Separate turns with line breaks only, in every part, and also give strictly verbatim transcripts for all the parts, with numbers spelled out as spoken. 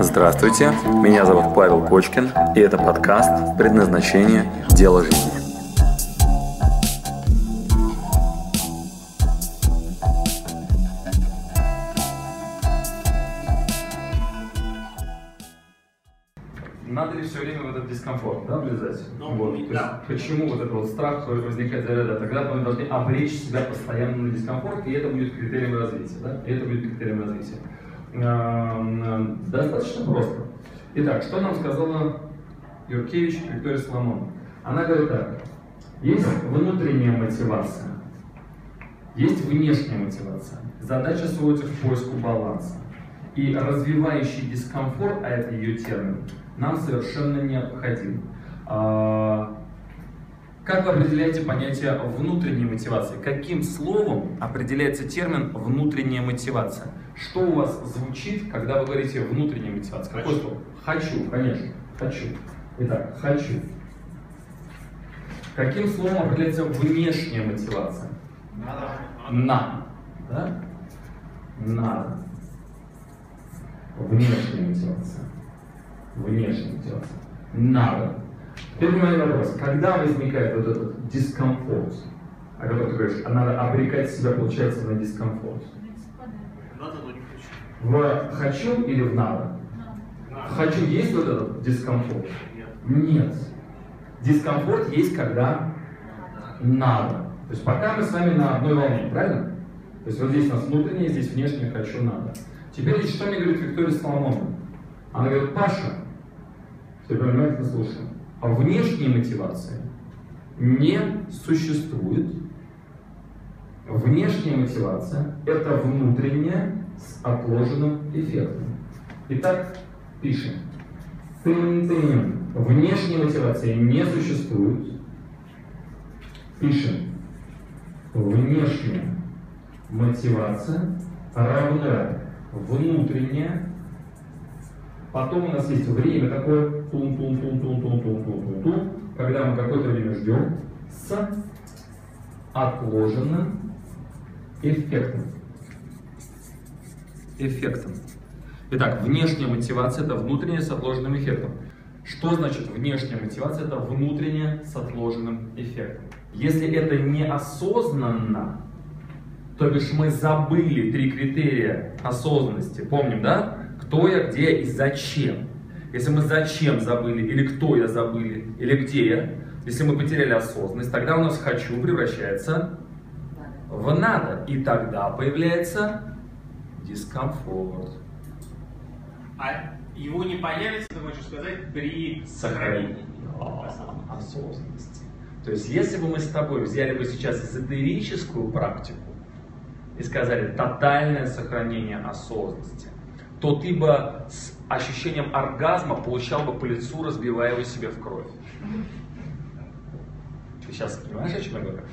Здравствуйте, меня зовут Павел Кочкин, и это подкаст «Предназначение. Дело жизни».
Надо ли все время в этот дискомфорт, да, влезать?
Ну,
вот. То есть,
да.
почему вот этот вот страх возникает? Да, тогда мы должны обречь себя постоянно на дискомфорт, и это будет критерием развития. Да? И это будет критерием развития. Достаточно просто. Итак, что нам сказала Юркевич Виктория Соломоновна? Она говорит так: есть внутренняя мотивация, есть внешняя мотивация. Задача сводится к поиску баланса. И развивающий дискомфорт, а это ее термин, нам совершенно необходим. А, как вы определяете понятие внутренней мотивации? Каким словом определяется термин внутренняя мотивация? Что у вас звучит, когда вы говорите внутренняя мотивация? Какое
Хочу.
слово? Хочу, конечно, хочу. Итак, хочу. Каким словом определяется внешняя мотивация?
Надо.
На. Да? Надо. Внешняя мотивация. Внешняя мотивация. Надо. Теперь мой вопрос. Когда возникает вот этот дискомфорт, о котором ты говоришь, а надо обрекать себя, получается, на дискомфорт?
Надо, но не хочу.
В хочу или в надо?
Надо.
В хочу есть вот этот дискомфорт?
Нет.
Нет. Дискомфорт есть, когда надо. То есть пока мы с вами на одной волне, правильно? То есть вот здесь у нас внутреннее, здесь внешнее, хочу, надо. Теперь что мне говорит Виктория Соломоновна? Она говорит: Паша, ты внимательно слушаем, а внешней мотивации не существует. Внешняя мотивация – это внутренняя с отложенным эффектом. Итак, пишем. Тын-тын. Внешней мотивации не существует. Пишем. Внешняя мотивация равна внутренняя. Потом у нас есть время такое, тун-тун-тун-тун-тун-тун-тун-тун, когда мы какое-то время ждем с отложенным эффектом. Эффектом. Итак, внешняя мотивация – это внутренняя с отложенным эффектом. Что значит внешняя мотивация? Это внутренняя с отложенным эффектом. Если это неосознанно, то бишь мы забыли три критерия осознанности. Помним, да? Кто я, где и зачем. Если мы зачем забыли, или кто я забыли, или где я, если мы потеряли осознанность, тогда у нас хочу превращается в надо. И тогда появляется дискомфорт.
А его не появится, ты хочешь сказать, при
Сохранении осознанности. То есть, если бы мы с тобой взяли бы сейчас эзотерическую практику и сказали тотальное сохранение осознанности, то ты бы с ощущением оргазма получал бы по лицу, разбивая его себе в кровь. Ты сейчас понимаешь, о чем я говорю?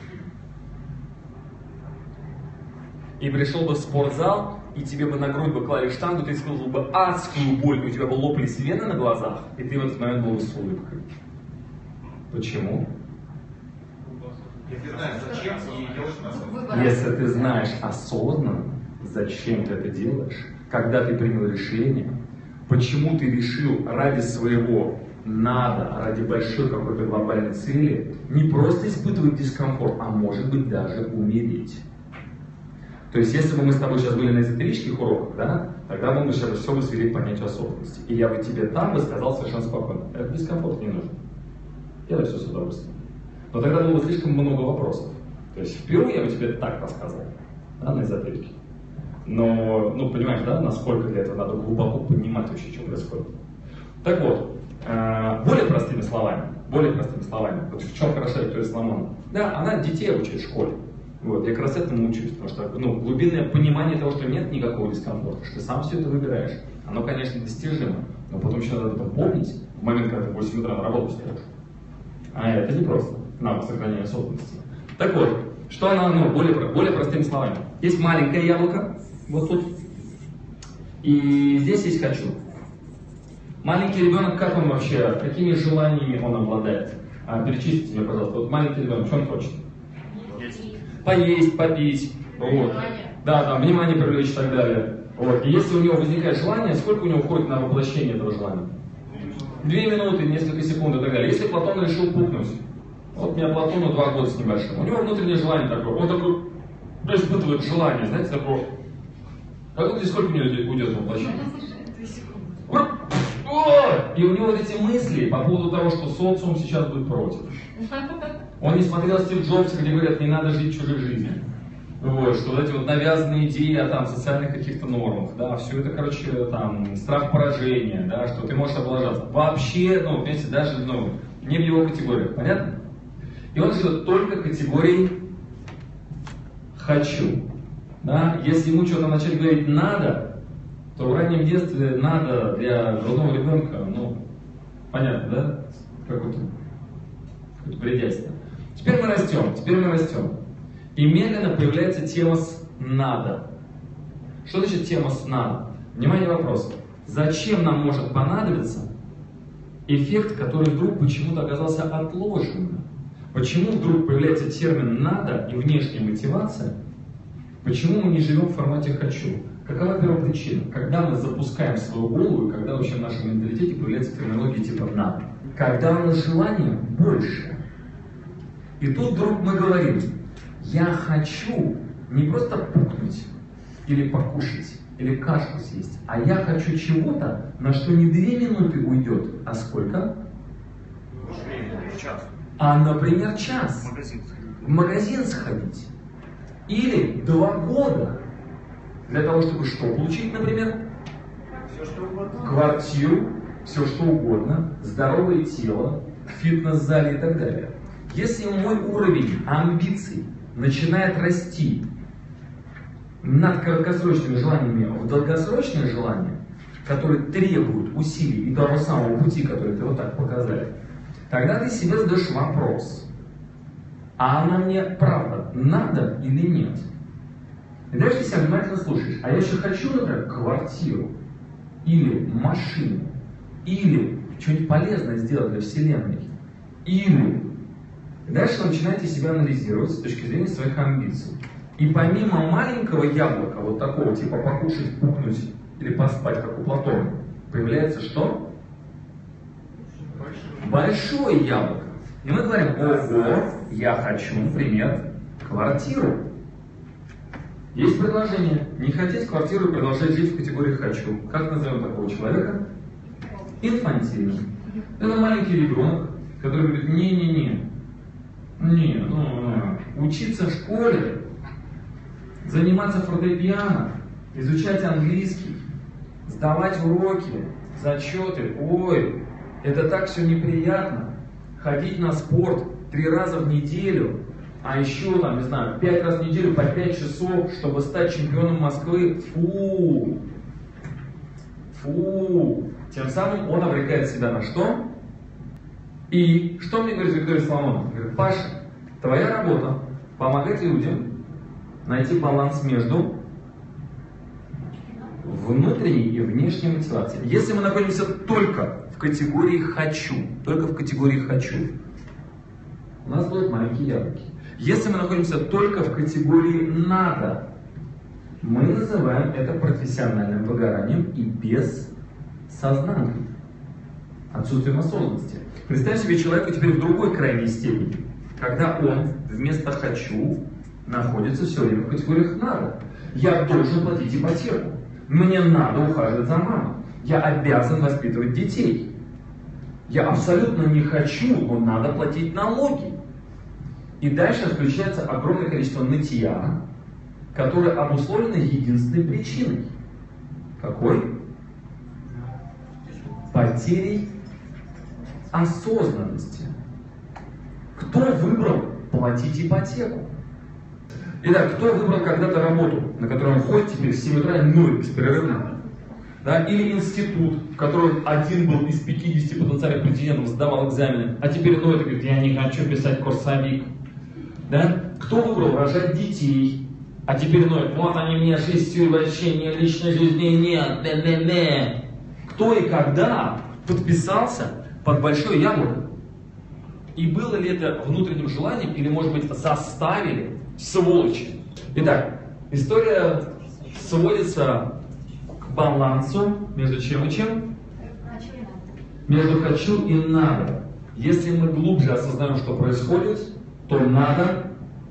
И пришел бы в спортзал, и тебе бы на грудь бы клали штангу, ты испытывал бы адскую боль, у тебя бы лопались вены на глазах, и ты в этот момент был с улыбкой. Почему?
Если знаешь, зачем, и делаешь на
Если ты знаешь осознанно, зачем ты это делаешь, когда ты принял решение, почему ты решил ради своего надо, ради большой какой-то глобальной цели, не просто испытывать дискомфорт, а может быть даже умереть. То есть, если бы мы с тобой сейчас были на эзотерических уроках, да, тогда мы бы сейчас все бы свели к понятию осознанности. И я бы тебе там бы сказал совершенно спокойно: этот дискомфорт не нужен. Делай все с удовольствием. Но тогда было бы слишком много вопросов. То есть впервые я бы тебе так рассказал, да, на эзотерике. Но, ну, понимаешь, да, насколько для этого надо глубоко понимать вообще, что происходит. Так вот, э, более простыми словами, более простыми словами, вот в чем хороша Виктория Соломоновна. Да, она детей обучает в школе. Вот, я как раз этому учусь, потому что, ну, глубинное понимание того, что нет никакого дискомфорта, что ты сам все это выбираешь, оно, конечно, достижимо, но потом еще надо об этом помнить в момент, когда ты в восемь утра на работу встаешь. А это не просто навык сохранения осознанности. Так вот, что она, ну, более, более простыми словами. Есть маленькое яблоко, вот тут, и здесь есть хочу. Маленький ребенок, как он вообще, какими желаниями он обладает? А, перечислите мне, пожалуйста, вот маленький ребенок, что он хочет?
Есть.
Поесть, попить, вот. Да, там, внимание привлечь и так далее. Вот. И если у него возникает желание, сколько у него уходит на воплощение этого желания? Две минуты, несколько секунд и так далее. Если Платон решил пукнуть, вот у меня Платону два года с небольшим, у него внутреннее желание такое, он такой испытывает желание, знаете, такое. Как думаете, сколько у него уйдет на воплощение? И у него вот эти мысли по поводу того, что социум сейчас будет против. Он не смотрел Стив Джобса, где говорят, не надо жить чужой жизнью. Вот, что вот эти вот навязанные идеи о там, социальных каких-то нормах, да, все это, короче, там, страх поражения, да, что ты можешь облажаться. Вообще, ну, понимаете, даже, ну, не в его категориях, понятно? И он живет только категорией «хочу». Да? Если ему что-то начать говорить «надо», то в раннем детстве «надо» для грудного ребенка, ну, понятно, да? Какое-то, какое-то бредятство. Теперь мы растем, теперь мы растем. И медленно появляется тема с «надо». Что значит тема с «надо»? Внимание, вопрос. Зачем нам может понадобиться эффект, который вдруг почему-то оказался отложенным? Почему вдруг появляется термин «надо» и внешняя мотивация? Почему мы не живем в формате «хочу»? Какова первопричина? Когда мы запускаем свою голову, и когда вообще в нашем менталитете появляется терминология типа «надо». Когда у нас желание больше. И тут вдруг мы говорим: я хочу не просто пукнуть, или покушать, или кашку съесть, а я хочу чего-то, на что не две минуты уйдет, а сколько?
Час.
А, например, час.
В магазин сходить.
В магазин сходить. Или два года. Для того, чтобы что получить, например?
Все что угодно.
Квартиру, все что угодно, здоровое тело, в фитнес-зале и так далее. Если мой уровень амбиций начинает расти над краткосрочными желаниями в долгосрочные желания, которые требуют усилий и того самого пути, который ты вот так показали, тогда ты себе задаешь вопрос: а оно мне правда надо или нет? И дальше ты себя внимательно слушаешь. А я еще хочу, например, квартиру, или машину, или что-нибудь полезное сделать для Вселенной, или... И дальше вы начинаете себя анализировать с точки зрения своих амбиций. И помимо маленького яблока, вот такого типа покушать, пукнуть или поспать, как у Платона, появляется что? Большое яблоко. И мы говорим: ого, я хочу, например, квартиру. Есть предложение: не хотеть квартиру и продолжать жить в категории «хочу». Как назовем такого человека? Инфантильным. Это маленький ребенок, который говорит: не-не-не, не, ну, учиться в школе, заниматься фортепиано, изучать английский, сдавать уроки, зачеты, ой, это так все неприятно. Ходить на спорт три раза в неделю, а еще, там, не знаю, пять раз в неделю по пять часов, чтобы стать чемпионом Москвы. Фу! Фу! Тем самым он обрекает себя на что? И что мне говорит Виктория Соломоновна? Говорит: Паша, твоя работа — помогать людям найти баланс между внутренней и внешней мотивацией. Если мы находимся только в категории «хочу», только в категории «хочу», у нас будут маленькие яблоки. Если мы находимся только в категории «надо», мы называем это профессиональным выгоранием и бессознанием, отсутствием осознанности. Представь себе человека теперь в другой крайней степени, когда он вместо «хочу» находится все время в категориях «надо». Я должен платить ипотеку, мне надо ухаживать за мамой, я обязан воспитывать детей, я абсолютно не хочу, но надо платить налоги. И дальше включается огромное количество нытья, которое обусловлено единственной причиной. Какой? Потерей осознанности. Кто выбрал платить ипотеку? Итак, кто выбрал когда-то работу, на которую он ходит теперь с семи утра, ну, бесперерывно? Да? Или институт, в котором один был из пятидесяти потенциальных претендентов, сдавал экзамены, а теперь ноет и говорит: я не хочу писать курсовик. Да? Кто выбрал рожать детей, а теперь ноет: вот они мне шестью вообще ни личной жизни нет, бе-бе-бе. Кто и когда подписался под большое яблоко? И было ли это внутренним желанием, или, может быть, заставили, сволочи? Итак, история сводится балансу между чем и чем? Между хочу и надо. Если мы глубже осознаем, что происходит, то надо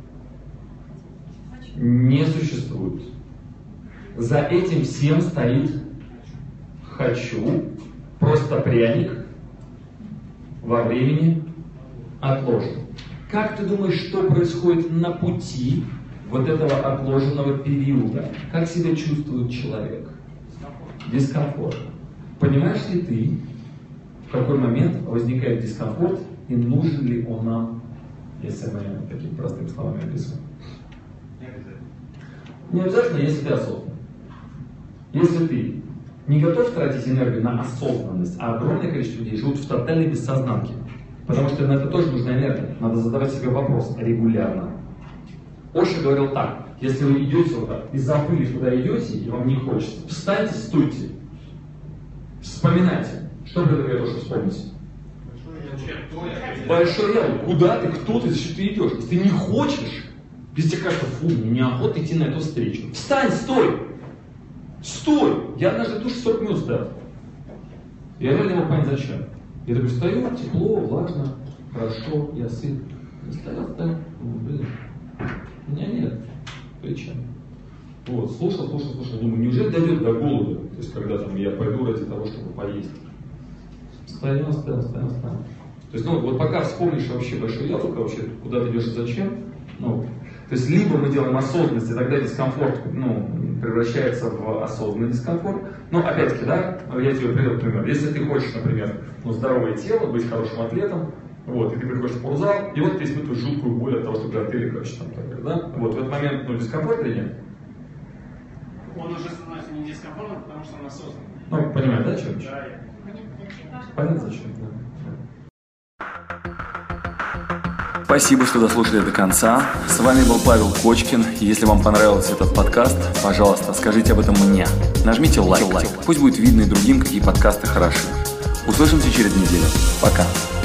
не существует. За этим всем стоит хочу, просто пряник во времени отложен. Как ты думаешь, что происходит на пути вот этого отложенного периода? Как себя чувствует человек? Дискомфорт. Понимаешь ли ты, в какой момент возникает дискомфорт и нужен ли он нам, если мы такими простыми словами описываем?
Не обязательно.
Не обязательно, если ты осознан. Если ты не готов тратить энергию на осознанность, а огромное количество людей живут в тотальной бессознанке, потому что на это тоже нужна энергия. Надо задавать себе вопрос регулярно. Оша говорил так: если вы идете вот так и забыли, куда идете, и вам не хочется, встаньте, стойте, вспоминайте. Что вы говорите, что вспомните? Большой я. Куда ты, кто ты, зачем ты идешь? Если ты не хочешь, если тебе кажется, фу, мне неохота идти на эту встречу. Встань, стой! Стой! Я однажды душ сорок минут стоял. Я реально не мог понять, зачем. Я такой стою, тепло, влажно, хорошо, я сыт. Я стоял, стоял, блин, у меня нет причин. Вот, слушал, слушал, слушал, думаю, неужели дойдет до голода? То есть, когда там я пойду ради того, чтобы поесть. Стоял, стоял, стоял, стоял. То есть, ну, вот пока вспомнишь вообще большое яблоко, вообще, куда ты идешь и зачем, ну, то есть, либо мы делаем осознанность, и тогда дискомфорт, ну, превращается в осознанный дискомфорт. Но, опять-таки, да, я тебе приведу пример. Если ты хочешь, например, ну, здоровое тело, быть хорошим атлетом, вот, и ты приходишь в спортзал, и вот ты испытываешь жуткую боль от того, что гантели, короче, там, так, да, вот, в этот момент, ну, дискомфорт или нет?
Он уже становится не дискомфортным, потому что он осознанный.
Ну, понимаешь, да, что?
Да, я.
Понятно, зачем, да.
Спасибо, что дослушали до конца. С вами был Павел Кочкин. Если вам понравился этот подкаст, пожалуйста, скажите об этом мне. Нажмите лайк. Пусть будет видно и другим, какие подкасты хороши. Услышимся через неделю. Пока.